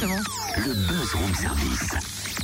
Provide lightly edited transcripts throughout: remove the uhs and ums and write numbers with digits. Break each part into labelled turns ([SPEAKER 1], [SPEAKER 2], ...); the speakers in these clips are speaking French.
[SPEAKER 1] Exactement.
[SPEAKER 2] Le Buzz Room Service.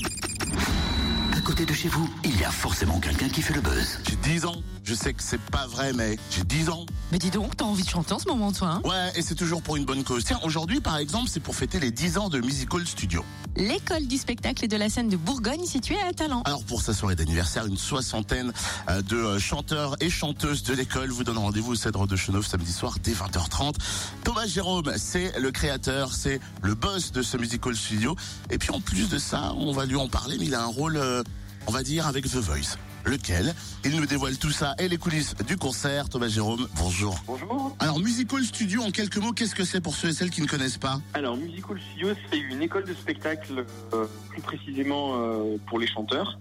[SPEAKER 2] À côté de chez vous, il y a forcément quelqu'un qui fait le buzz.
[SPEAKER 3] J'ai 10 ans. Je sais que c'est pas vrai, mais j'ai 10 ans.
[SPEAKER 1] Mais dis donc, t'as envie de chanter en ce moment, toi, hein?
[SPEAKER 3] Ouais, et c'est toujours pour une bonne cause. Tiens, aujourd'hui, par exemple, c'est pour fêter les 10 ans de Musical Studio.
[SPEAKER 1] L'école du spectacle et de la scène de Bourgogne, située à Talent.
[SPEAKER 3] Alors, pour sa soirée d'anniversaire, une soixantaine de chanteurs et chanteuses de l'école vous donnent rendez-vous au Cèdre de Chenauve samedi soir dès 20h30. Thomas Jérôme, c'est le créateur, c'est le boss de ce Musical Studio. Et puis, en plus de ça, on va lui en parler, mais il a un rôle, on va dire, avec The Voice. Lequel? Il nous dévoile tout ça et les coulisses du concert. Thomas Jérôme, bonjour.
[SPEAKER 4] Bonjour.
[SPEAKER 3] Alors, Musical Studio, en quelques mots, qu'est-ce que c'est pour ceux et celles qui ne connaissent pas?
[SPEAKER 4] Alors, Musical Studio, c'est une école de spectacle, plus précisément pour les chanteurs,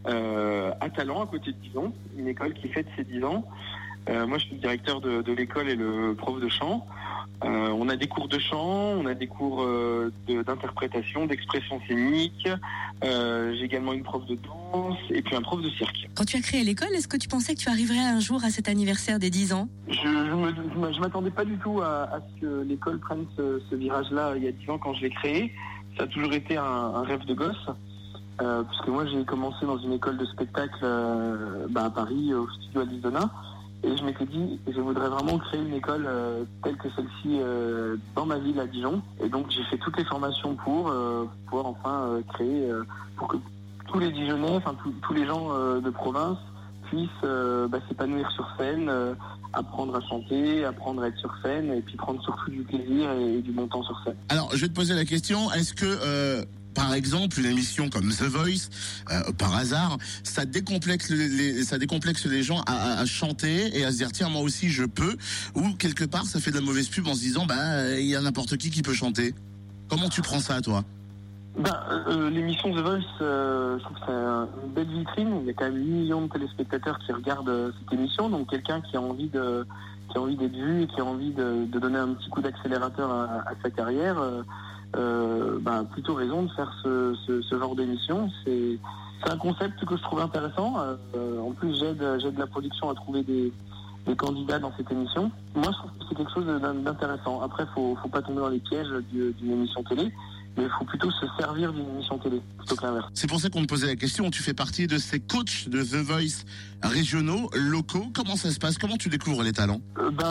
[SPEAKER 4] à Talent, à côté de Dijon. Une école qui fête ses 10 ans. Moi, je suis le directeur de l'école et le prof de chant. On a des cours de chant, on a des cours d'interprétation, d'expression scénique. J'ai également une prof de danse et puis un prof de cirque.
[SPEAKER 1] Quand tu as créé l'école, est-ce que tu pensais que tu arriverais un jour à cet anniversaire des 10 ans?
[SPEAKER 4] Je m'attendais pas du tout à ce que l'école prenne ce virage-là il y a 10 ans quand je l'ai créé. Ça a toujours été un rêve de gosse. Puisque moi j'ai commencé dans une école de spectacle à Paris, au studio Arizona. Et je m'étais dit, je voudrais vraiment créer une école telle que celle-ci dans ma ville à Dijon. Et donc j'ai fait toutes les formations pour pouvoir enfin créer, pour que tous les Dijonnais, enfin tous les gens de province puissent s'épanouir sur scène, apprendre à chanter, apprendre à être sur scène et puis prendre surtout du plaisir et du bon temps sur scène.
[SPEAKER 3] Alors, je vais te poser la question, est-ce que... par exemple, une émission comme The Voice, par hasard, ça décomplexe les gens à chanter et à se dire tiens moi aussi je peux, ou quelque part ça fait de la mauvaise pub en se disant il y a n'importe qui peut chanter. Comment tu prends ça toi?
[SPEAKER 4] L'émission The Voice, je trouve que c'est une belle vitrine. Il y a quand même 8 millions de téléspectateurs qui regardent cette émission, donc quelqu'un qui a envie d'être vu et qui a envie de donner un petit coup d'accélérateur à sa carrière. Plutôt raison de faire ce genre d'émission. C'est un concept que je trouve intéressant. En plus, j'aide la production à trouver des candidats dans cette émission. Moi, je trouve que c'est quelque chose d'intéressant. Après, faut pas tomber dans les pièges d'une émission télé, mais il faut plutôt se servir d'une émission télé, plutôt que l'inverse.
[SPEAKER 3] C'est pour ça qu'on te posait la question. Tu fais partie de ces coachs de The Voice régionaux, locaux. Comment ça se passe? Comment tu découvres les talents?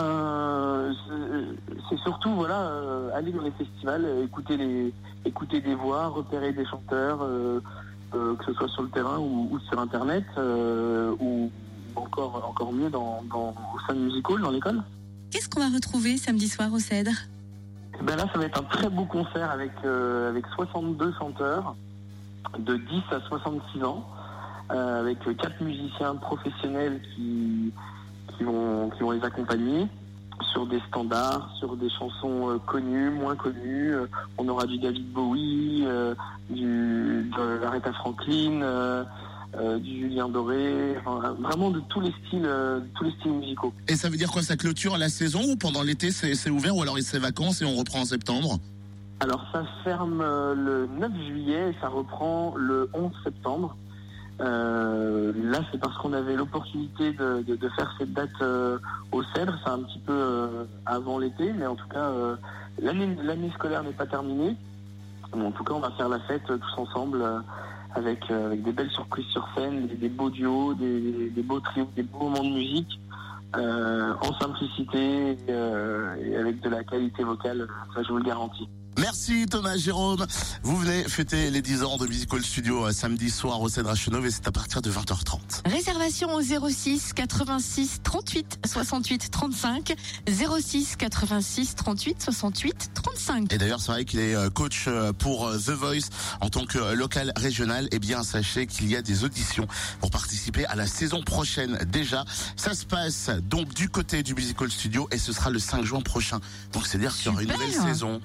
[SPEAKER 4] C'est surtout aller dans les festivals, écouter des voix, repérer des chanteurs, que ce soit sur le terrain ou sur internet, ou encore mieux au sein de Musical dans l'école.
[SPEAKER 1] Qu'est-ce qu'on va retrouver samedi soir au Cèdre?
[SPEAKER 4] Là, ça va être un très beau concert avec 62 chanteurs de 10 à 66 ans, avec 4 musiciens professionnels qui vont les accompagner sur des standards, sur des chansons connues, moins connues. On aura du David Bowie, de l'Aretha Franklin, du Julien Doré, vraiment de tous les styles musicaux.
[SPEAKER 3] Et ça veut dire quoi? Ça clôture la saison ou pendant l'été c'est ouvert, ou alors c'est vacances et on reprend en septembre?
[SPEAKER 4] Alors ça ferme le 9 juillet et ça reprend le 11 septembre. Là c'est parce qu'on avait l'opportunité de faire cette date au Cèdre. C'est un petit peu avant l'été, mais en tout cas l'année scolaire n'est pas terminée. En tout cas on va faire la fête tous ensemble avec des belles surprises sur scène, des beaux duos, des beaux trios, des beaux moments de musique, en simplicité et avec de la qualité vocale, ça je vous le garantis.
[SPEAKER 3] Merci Thomas Jérôme. Vous venez fêter les 10 ans de Musical Studio samedi soir au Cèdre à Chenauve et c'est à partir de 20h30.
[SPEAKER 1] Réservation au 06 86 38 68 35, 06 86 38 68 35.
[SPEAKER 3] Et d'ailleurs, c'est vrai qu'il est coach pour The Voice en tant que local régional. Eh bien, sachez qu'il y a des auditions pour participer à la saison prochaine déjà. Ça se passe donc du côté du Musical Studio et ce sera le 5 juin prochain. Donc, c'est-à-dire qu'il y aura une nouvelle saison.